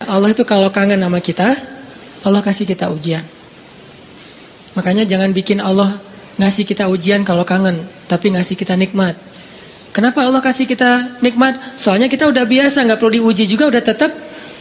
Allah itu kalau kangen sama kita, Allah kasih kita ujian. Makanya jangan bikin Allah ngasih kita ujian kalau kangen, tapi ngasih kita nikmat. Kenapa Allah kasih kita nikmat? Soalnya kita udah biasa, gak perlu diuji juga, udah tetap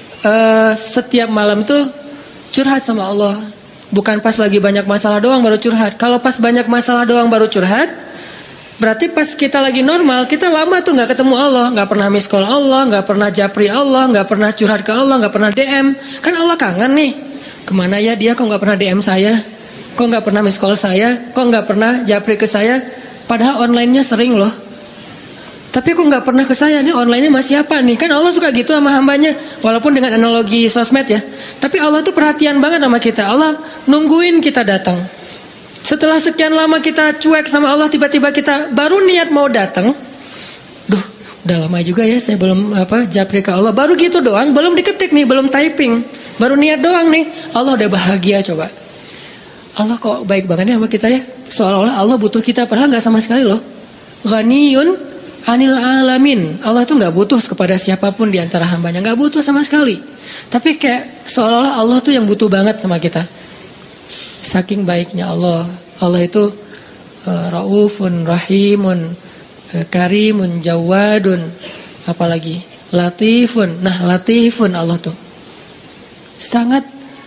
setiap malam tuh curhat sama Allah. Bukan pas lagi banyak masalah doang baru curhat. Kalau pas banyak masalah doang baru curhat, berarti pas kita lagi normal, kita lama tuh gak ketemu Allah, gak pernah miss call Allah, gak pernah japri Allah, gak pernah curhat ke Allah, gak pernah DM. Kan Allah kangen nih, kemana ya dia, kok gak pernah DM saya, kok gak pernah miss call saya, kok gak pernah japri ke saya. Padahal online-nya sering loh, tapi kok gak pernah ke saya, nih online-nya masih apa nih. Kan Allah suka gitu sama hambanya, walaupun dengan analogi sosmed ya. Tapi Allah tuh perhatian banget sama kita. Allah nungguin kita datang. Setelah sekian lama kita cuek sama Allah, tiba-tiba kita baru niat mau datang. Duh, udah lama juga ya saya belum japri ke Allah. Baru gitu doang, belum diketik nih, belum typing, baru niat doang nih. Allah udah bahagia coba. Allah kok baik banget ya sama kita ya. Seolah-olah Allah butuh kita, padahal gak sama sekali loh. Ghaniyun anil alamin. Allah tuh gak butuh kepada siapapun di antara hambanya, gak butuh sama sekali. Tapi kayak seolah-olah Allah tuh yang butuh banget sama kita. Saking baiknya Allah. Allah itu raufun, rahimun, karimun, jawadun, apalagi latifun. Nah, latifun Allah tuh sangat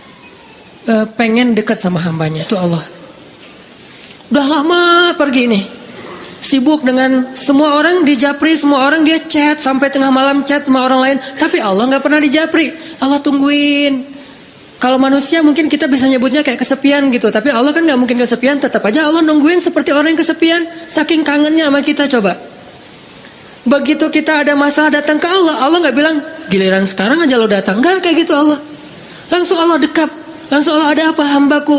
pengen dekat sama hambanya. Itu Allah. Udah lama pergi nih, sibuk dengan semua orang, dijapri semua orang, dia chat sampai tengah malam, chat sama orang lain. Tapi Allah gak pernah dijapri. Allah tungguin. Kalau manusia mungkin kita bisa nyebutnya kayak kesepian gitu, tapi Allah kan gak mungkin kesepian. Tetap aja Allah nungguin seperti orang yang kesepian, saking kangennya sama kita. Coba begitu kita ada masalah datang ke Allah, Allah gak bilang giliran sekarang aja lo datang. Gak kayak gitu Allah. Langsung Allah dekap. Langsung Allah, ada apa hambaku?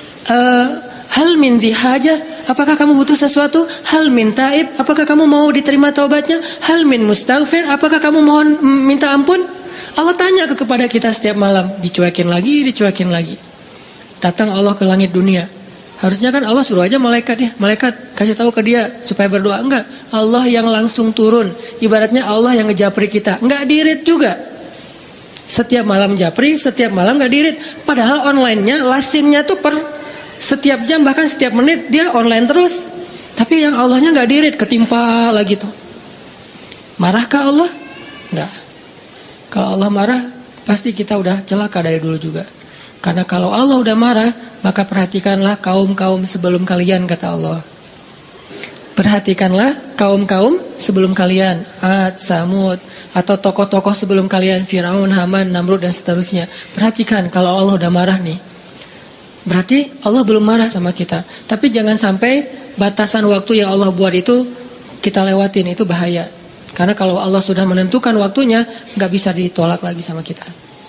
Hal min dhi hajah, apakah kamu butuh sesuatu? Hal min taib, apakah kamu mau diterima taubatnya? Hal min mustaghfir, apakah kamu mohon minta ampun? Allah tanya kepada kita setiap malam, dicuekin lagi, dicuekin lagi. Datang Allah ke langit dunia. Harusnya kan Allah suruh aja malaikat ya, malaikat kasih tahu ke dia supaya berdoa. Enggak, Allah yang langsung turun. Ibaratnya Allah yang ngejapri kita. Enggak dirit juga. Setiap malam japri, setiap malam enggak dirit. Padahal online-nya, lasinnya tuh per setiap jam, bahkan setiap menit dia online terus. Tapi yang Allahnya enggak dirit, ketimpa lagi tuh. Marahkah Allah? Enggak. Kalau Allah marah, pasti kita udah celaka dari dulu juga. Karena kalau Allah udah marah, maka perhatikanlah kaum-kaum sebelum kalian, kata Allah. Perhatikanlah kaum-kaum sebelum kalian, Ad, Samud, atau tokoh-tokoh sebelum kalian, Firaun, Haman, Namrud, dan seterusnya. Perhatikan kalau Allah udah marah nih, berarti Allah belum marah sama kita. Tapi jangan sampai batasan waktu yang Allah buat itu kita lewatin, itu bahaya. Karena kalau Allah sudah menentukan waktunya, gak bisa ditolak lagi sama kita.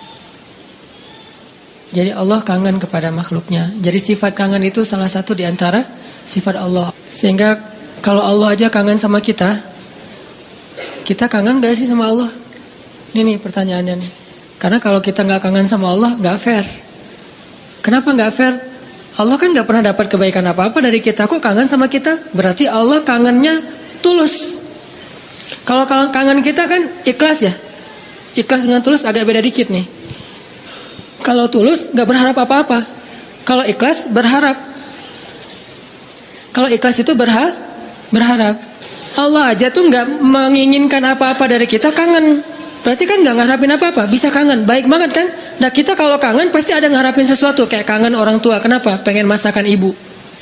Jadi Allah kangen kepada makhluknya. Jadi sifat kangen itu salah satu di antara sifat Allah. Sehingga kalau Allah aja kangen sama kita kangen gak sih sama Allah? Ini nih pertanyaannya nih. Karena kalau kita gak kangen sama Allah, gak fair. Kenapa gak fair? Allah kan gak pernah dapat kebaikan apa-apa dari kita. Kok kangen sama kita? Berarti Allah kangennya tulus. Kalau kangen kita kan ikhlas ya. Ikhlas dengan tulus agak beda dikit nih. Kalau tulus gak berharap apa-apa. Kalau ikhlas berharap. Kalau ikhlas itu berharap. Allah aja tuh gak menginginkan apa-apa dari kita, kangen. Berarti kan gak ngarapin apa-apa, bisa kangen. Baik banget kan. Nah kita kalau kangen pasti ada ngarapin sesuatu. Kayak kangen orang tua, kenapa? Pengen masakan ibu.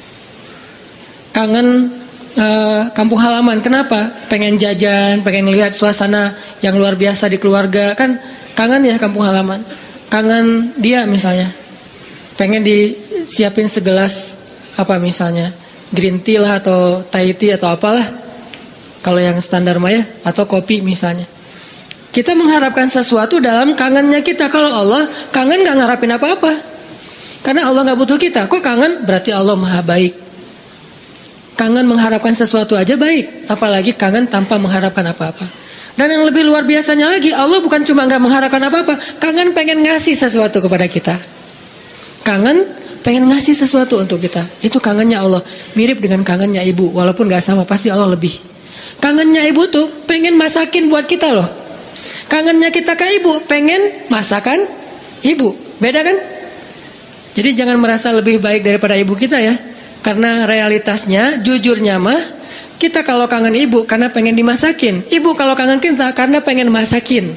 Kangen kampung halaman, kenapa? Pengen jajan, pengen lihat suasana yang luar biasa di keluarga. Kan kangen ya kampung halaman. Kangen dia misalnya, pengen disiapin segelas apa misalnya, green tea lah atau Thai tea atau apalah, kalau yang standar mah ya, atau kopi misalnya. Kita mengharapkan sesuatu dalam kangennya kita. Kalau Allah kangen gak ngarapin apa-apa, karena Allah gak butuh kita. Kok kangen? Berarti Allah maha baik. Kangen mengharapkan sesuatu aja baik, apalagi kangen tanpa mengharapkan apa-apa. Dan yang lebih luar biasanya lagi, Allah bukan cuma gak mengharapkan apa-apa, kangen pengen ngasih sesuatu kepada kita. Kangen pengen ngasih sesuatu untuk kita. Itu kangennya Allah. Mirip dengan kangennya ibu, walaupun gak sama, pasti Allah lebih. Kangennya ibu tuh pengen masakin buat kita loh. Kangennya kita ke ibu, pengen masakan ibu. Beda kan? Jadi jangan merasa lebih baik daripada ibu kita ya. Karena realitasnya, jujurnya mah, kita kalau kangen ibu karena pengen dimasakin. Ibu kalau kangen kita karena pengen masakin.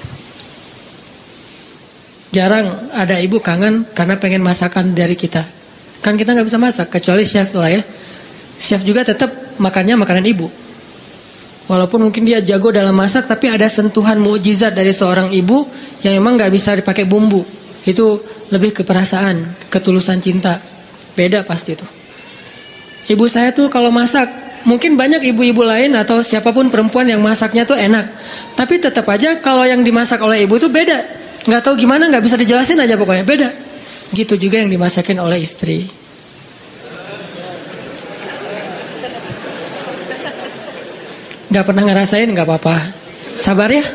Jarang ada ibu kangen karena pengen masakan dari kita. Kan kita nggak bisa masak, kecuali chef lah ya. Chef juga tetap makannya makanan ibu. Walaupun mungkin dia jago dalam masak, tapi ada sentuhan mukjizat dari seorang ibu yang memang nggak bisa dipakai bumbu. Itu lebih ke perasaan, ketulusan cinta. Beda pasti itu. Ibu saya tuh kalau masak, mungkin banyak ibu-ibu lain atau siapapun perempuan yang masaknya tuh enak. Tapi tetap aja kalau yang dimasak oleh ibu tuh beda. Nggak tahu gimana, nggak bisa dijelasin aja pokoknya, beda. Gitu juga yang dimasakin oleh istri. Nggak pernah ngerasain, nggak apa-apa. Sabar ya.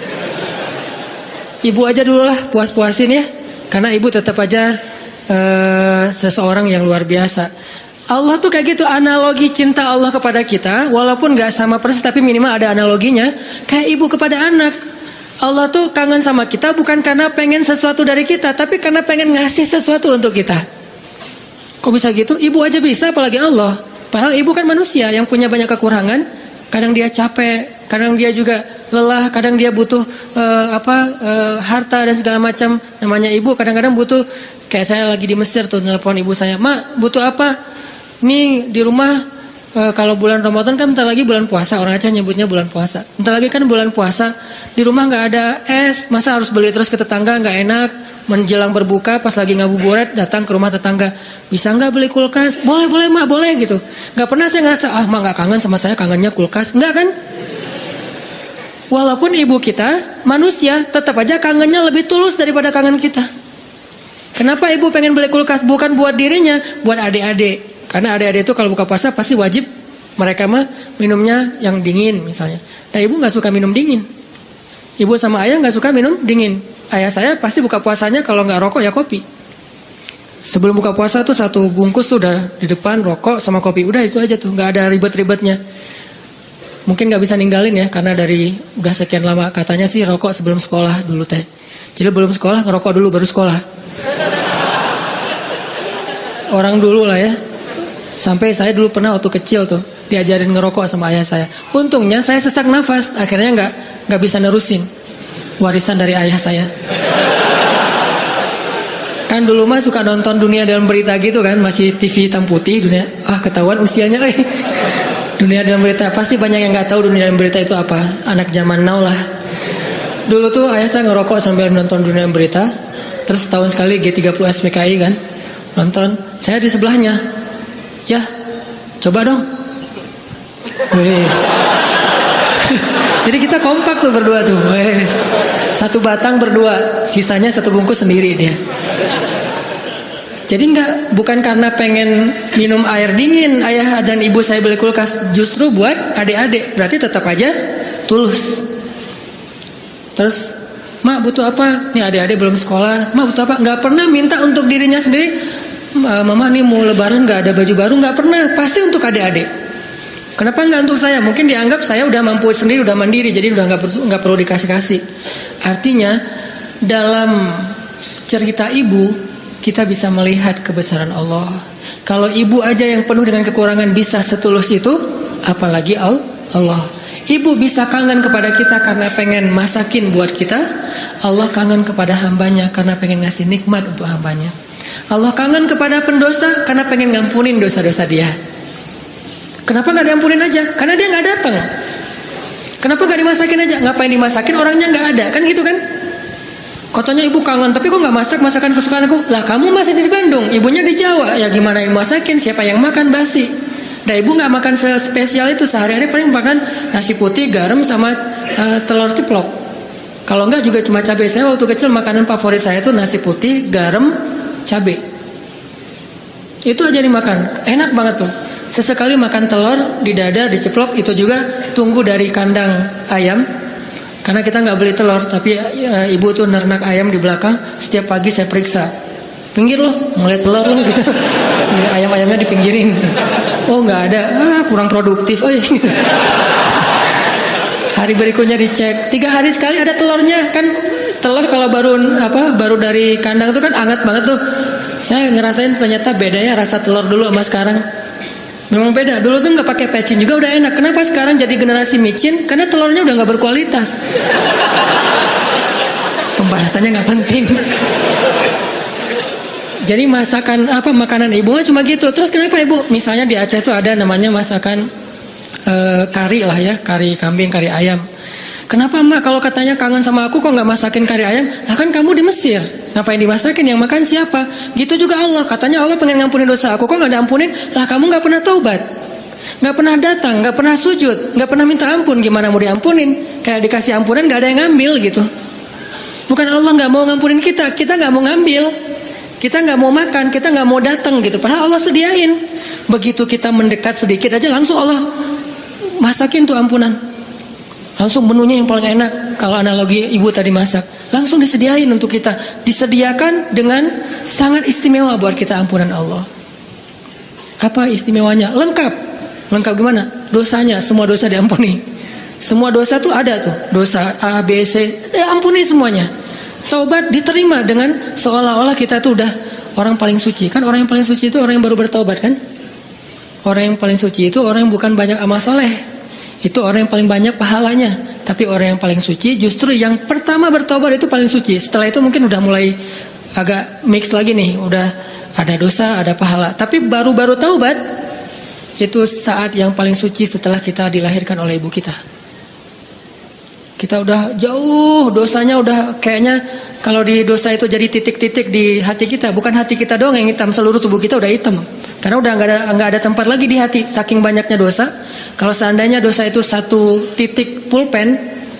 Ibu aja dulu lah, puas-puasin ya. Karena ibu tetap aja seseorang yang luar biasa. Allah tuh kayak gitu, analogi cinta Allah kepada kita, walaupun gak sama persis tapi minimal ada analoginya. Kayak ibu kepada anak. Allah tuh kangen sama kita bukan karena pengen sesuatu dari kita, tapi karena pengen ngasih sesuatu untuk kita. Kok bisa gitu? Ibu aja bisa, apalagi Allah. Padahal ibu kan manusia yang punya banyak kekurangan. Kadang dia capek, kadang dia juga lelah, kadang dia butuh harta dan segala macam. Namanya ibu kadang-kadang butuh. Kayak saya lagi di Mesir tuh, nelpon ibu saya, "Mak, butuh apa?" Ini di rumah kalau bulan Ramadan kan bentar lagi bulan puasa, orang Aceh nyebutnya bulan puasa. Bentar lagi kan bulan puasa, di rumah nggak ada es, masa harus beli terus ke tetangga, nggak enak. Menjelang berbuka pas lagi ngabuburit datang ke rumah tetangga, bisa nggak beli kulkas? Boleh mak, boleh gitu. Nggak pernah saya ngerasa mak nggak kangen sama saya, kangennya kulkas, nggak kan? Walaupun ibu kita manusia, tetap aja kangennya lebih tulus daripada kangen kita. Kenapa ibu pengen beli kulkas? Bukan buat dirinya, buat adik-adik. Karena adik-adik itu kalau buka puasa pasti wajib mereka mah minumnya yang dingin misalnya. Nah ibu nggak suka minum dingin. Ibu sama ayah nggak suka minum dingin. Ayah saya pasti buka puasanya kalau nggak rokok ya kopi. Sebelum buka puasa tuh satu bungkus tuh udah di depan rokok sama kopi. Udah itu aja tuh, nggak ada ribet-ribetnya. Mungkin nggak bisa ninggalin ya karena dari udah sekian lama katanya sih rokok sebelum sekolah dulu teh. Jadi belum sekolah ngerokok dulu baru sekolah. Orang dulu lah ya. Sampai saya dulu pernah waktu kecil tuh diajarin ngerokok sama ayah saya. Untungnya saya sesak nafas, akhirnya nggak bisa nerusin warisan dari ayah saya. Kan dulu mah suka nonton Dunia Dalam Berita gitu kan, masih TV hitam putih dunia. Ketahuan usianya Dunia Dalam Berita, pasti banyak yang nggak tahu Dunia Dalam Berita itu apa. Anak zaman now lah. Dulu tuh ayah saya ngerokok sambil nonton Dunia Dalam Berita. Terus tahun sekali G30 SPKI kan nonton, saya di sebelahnya. Ya, coba dong. Wes. Jadi kita kompak tuh berdua tuh. Wes. Satu batang berdua, sisanya satu bungkus sendiri dia. Jadi bukan karena pengen minum air dingin ayah dan ibu saya beli kulkas, justru buat adik-adik. Berarti tetap aja tulus. Terus, "Mak butuh apa?" Nih adik-adik belum sekolah. "Mak butuh apa?" Nggak pernah minta untuk dirinya sendiri. "Mama nih mau lebaran gak ada baju baru." Gak pernah, pasti untuk adik-adik. Kenapa gak untuk saya? Mungkin dianggap saya udah mampu sendiri, udah mandiri, jadi udah gak perlu dikasih-kasih. Artinya dalam cerita ibu kita bisa melihat kebesaran Allah. Kalau ibu aja yang penuh dengan kekurangan bisa setulus itu, apalagi Allah. Ibu bisa kangen kepada kita karena pengen masakin buat kita. Allah kangen kepada hambanya karena pengen ngasih nikmat untuk hambanya. Allah kangen kepada pendosa karena pengen ngampunin dosa-dosa dia. Kenapa gak diampunin aja? Karena dia gak datang. Kenapa gak dimasakin aja? Ngapain dimasakin, orangnya gak ada. Kan gitu kan? Katanya ibu kangen, tapi kok gak masak masakan kesukaan aku? Lah kamu masih di Bandung, ibunya di Jawa. Ya gimana yang masakin, siapa yang makan basi? Nah ibu gak makan spesial itu. Sehari-hari paling makan nasi putih, garam sama telur ceplok. Kalau enggak juga cuma cabai. Saya waktu kecil makanan favorit saya itu nasi putih, garam, cabai. Itu aja dimakan, enak banget tuh. Sesekali makan telur di dada, diceplok. Itu juga tunggu dari kandang ayam. Karena kita nggak beli telur, tapi ibu tuh nernak ayam di belakang. Setiap pagi saya periksa, pinggir loh, mulai telur loh gitu. Si ayam-ayamnya dipinggirin. Oh nggak ada, kurang produktif. Hari berikutnya dicek, 3 hari sekali ada telurnya. Kan telur kalau baru dari kandang itu kan hangat banget tuh. Saya ngerasain ternyata bedanya rasa telur dulu sama sekarang. Memang beda. Dulu tuh nggak pakai pecin juga udah enak. Kenapa sekarang jadi generasi micin? Karena telurnya udah nggak berkualitas. Pembahasannya nggak penting. Jadi makanan ibu cuma gitu. Terus kenapa ibu? Misalnya di Aceh itu ada namanya masakan kari lah ya, kari kambing, kari ayam. Kenapa emak kalau katanya kangen sama aku kok nggak masakin kari ayam? Nah kan kamu di Mesir, ngapain dimasakin? Yang makan siapa? Gitu juga Allah, katanya Allah pengen ngampunin dosa aku, kok nggak diampunin? Lah kamu nggak pernah taubat, nggak pernah datang, nggak pernah sujud, nggak pernah minta ampun, gimana mau diampunin? Kayak dikasih ampunan nggak ada yang ngambil gitu. Bukan Allah nggak mau ngampunin kita nggak mau ngambil, kita nggak mau makan, kita nggak mau datang gitu. Padahal Allah sediain. Begitu kita mendekat sedikit aja langsung Allah masakin tuh ampunan. Langsung menunya yang paling enak. Kalau analogi ibu tadi masak, langsung disediain untuk kita. Disediakan dengan sangat istimewa buat kita ampunan Allah. Apa istimewanya? Lengkap. Lengkap gimana? Dosanya, semua dosa diampuni. Semua dosa tuh ada tuh. Dosa A, B, C, ampuni semuanya. Taubat diterima dengan seolah-olah kita tuh udah orang paling suci. Kan orang yang paling suci itu orang yang baru bertaubat kan? Orang yang paling suci itu orang yang bukan banyak amal soleh. Itu orang yang paling banyak pahalanya. Tapi orang yang paling suci justru yang pertama bertobat itu paling suci. Setelah itu mungkin udah mulai agak mix lagi nih. Udah ada dosa, ada pahala. Tapi baru-baru taubat itu saat yang paling suci setelah kita dilahirkan oleh ibu kita. Kita udah jauh dosanya, udah kayaknya kalau di dosa itu jadi titik-titik di hati kita. Bukan hati kita doang yang hitam, seluruh tubuh kita udah hitam. Karena udah nggak ada tempat lagi di hati, saking banyaknya dosa. Kalau seandainya dosa itu satu titik pulpen,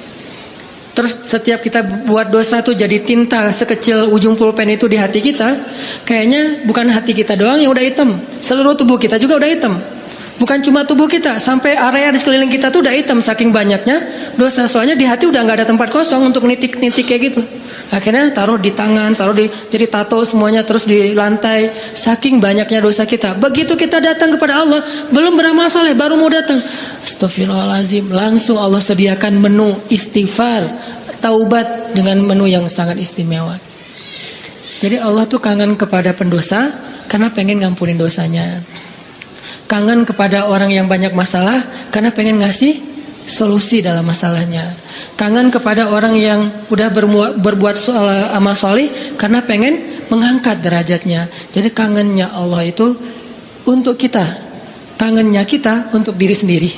terus setiap kita buat dosa tuh jadi tinta sekecil ujung pulpen itu di hati kita, kayaknya bukan hati kita doang yang udah hitam, seluruh tubuh kita juga udah hitam. Bukan cuma tubuh kita, sampai area di sekeliling kita tuh udah hitam saking banyaknya dosa. Soalnya di hati udah nggak ada tempat kosong untuk nitik-nitik kayak gitu. Akhirnya taruh di tangan, jadi tato semuanya, terus di lantai. Saking banyaknya dosa kita. Begitu kita datang kepada Allah, belum beramal soleh, baru mau datang, astagfirullahaladzim, langsung Allah sediakan menu istighfar, taubat dengan menu yang sangat istimewa. Jadi Allah tuh kangen kepada pendosa karena pengen ngampunin dosanya. Kangen kepada orang yang banyak masalah karena pengen ngasih solusi dalam masalahnya. Kangen kepada orang yang udah berbuat amal soleh karena pengen mengangkat derajatnya. Jadi kangennya Allah itu untuk kita, kangennya kita untuk diri sendiri.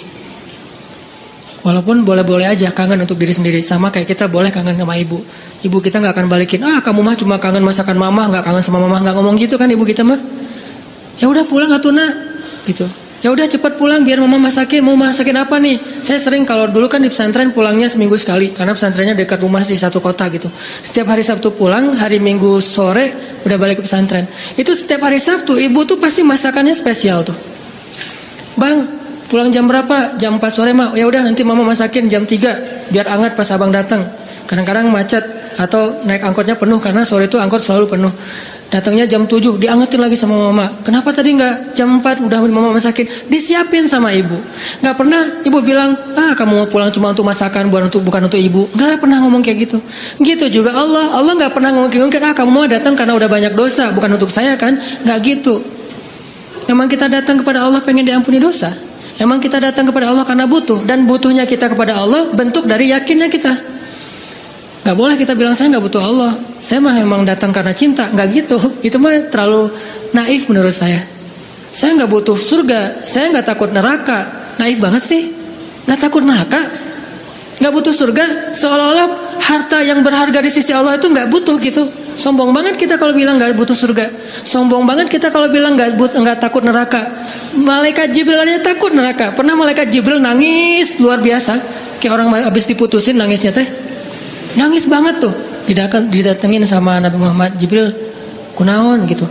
Walaupun boleh-boleh aja kangen untuk diri sendiri. Sama kayak kita boleh kangen sama ibu. Ibu kita gak akan balikin, kamu mah cuma kangen masakan mama, gak kangen sama mama. Gak ngomong gitu kan ibu kita mah. Ya udah pulang atuh nak gitu. Ya udah cepat pulang biar mama masakin. Mau masakin apa nih? Saya sering kalau dulu kan di pesantren pulangnya seminggu sekali karena pesantrennya dekat rumah sih, satu kota gitu. Setiap hari Sabtu pulang, hari Minggu sore udah balik ke pesantren. Itu setiap hari Sabtu ibu tuh pasti masakannya spesial tuh. Bang, pulang jam berapa? Jam 4 sore mah. Ya udah nanti mama masakin jam 3 biar hangat pas abang datang. Kadang-kadang macet atau naik angkotnya penuh karena sore itu angkot selalu penuh. Datangnya jam 7, diangetin lagi sama mama. Kenapa tadi nggak jam 4 udah mama masakin? Disiapin sama ibu. Nggak pernah ibu bilang, kamu mau pulang cuma untuk masakan, bukan untuk ibu. Nggak pernah ngomong kayak gitu. Gitu juga Allah nggak pernah ngomong kayak kamu mau datang karena udah banyak dosa, bukan untuk saya kan? Nggak gitu. Emang kita datang kepada Allah pengen diampuni dosa. Emang kita datang kepada Allah karena butuh, dan butuhnya kita kepada Allah bentuk dari yakinnya kita. Gak boleh kita bilang saya gak butuh Allah, saya mah emang datang karena cinta. Gak gitu, itu mah terlalu naif menurut saya. Saya gak butuh surga, saya gak takut neraka. Naif banget sih. Gak takut neraka, gak butuh surga, seolah-olah harta yang berharga di sisi Allah itu gak butuh gitu. Sombong banget kita kalau bilang gak butuh surga. Sombong banget kita kalau bilang gak takut neraka. Malaikat Jibril aja takut neraka. Pernah malaikat Jibril nangis luar biasa, kayak orang habis diputusin nangisnya teh. Nangis banget tuh, didatengin sama Nabi Muhammad. Jibril, kunaon gitu.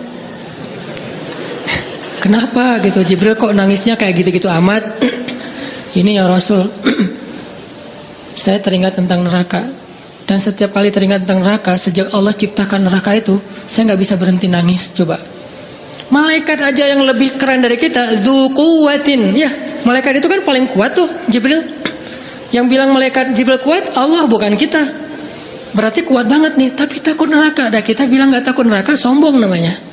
Kenapa gitu? Jibril kok nangisnya kayak gitu-gitu amat? Ini ya Rasul, saya teringat tentang neraka. Dan setiap kali teringat tentang neraka, sejak Allah ciptakan neraka itu, saya gak bisa berhenti nangis. Coba, malaikat aja yang lebih keren dari kita, dzu quwwatin. Ya, malaikat itu kan paling kuat tuh, Jibril. Yang bilang malaikat Jibril kuat, Allah bukan kita. Berarti kuat banget nih, tapi takut neraka. Dan kita bilang gak takut neraka, sombong namanya.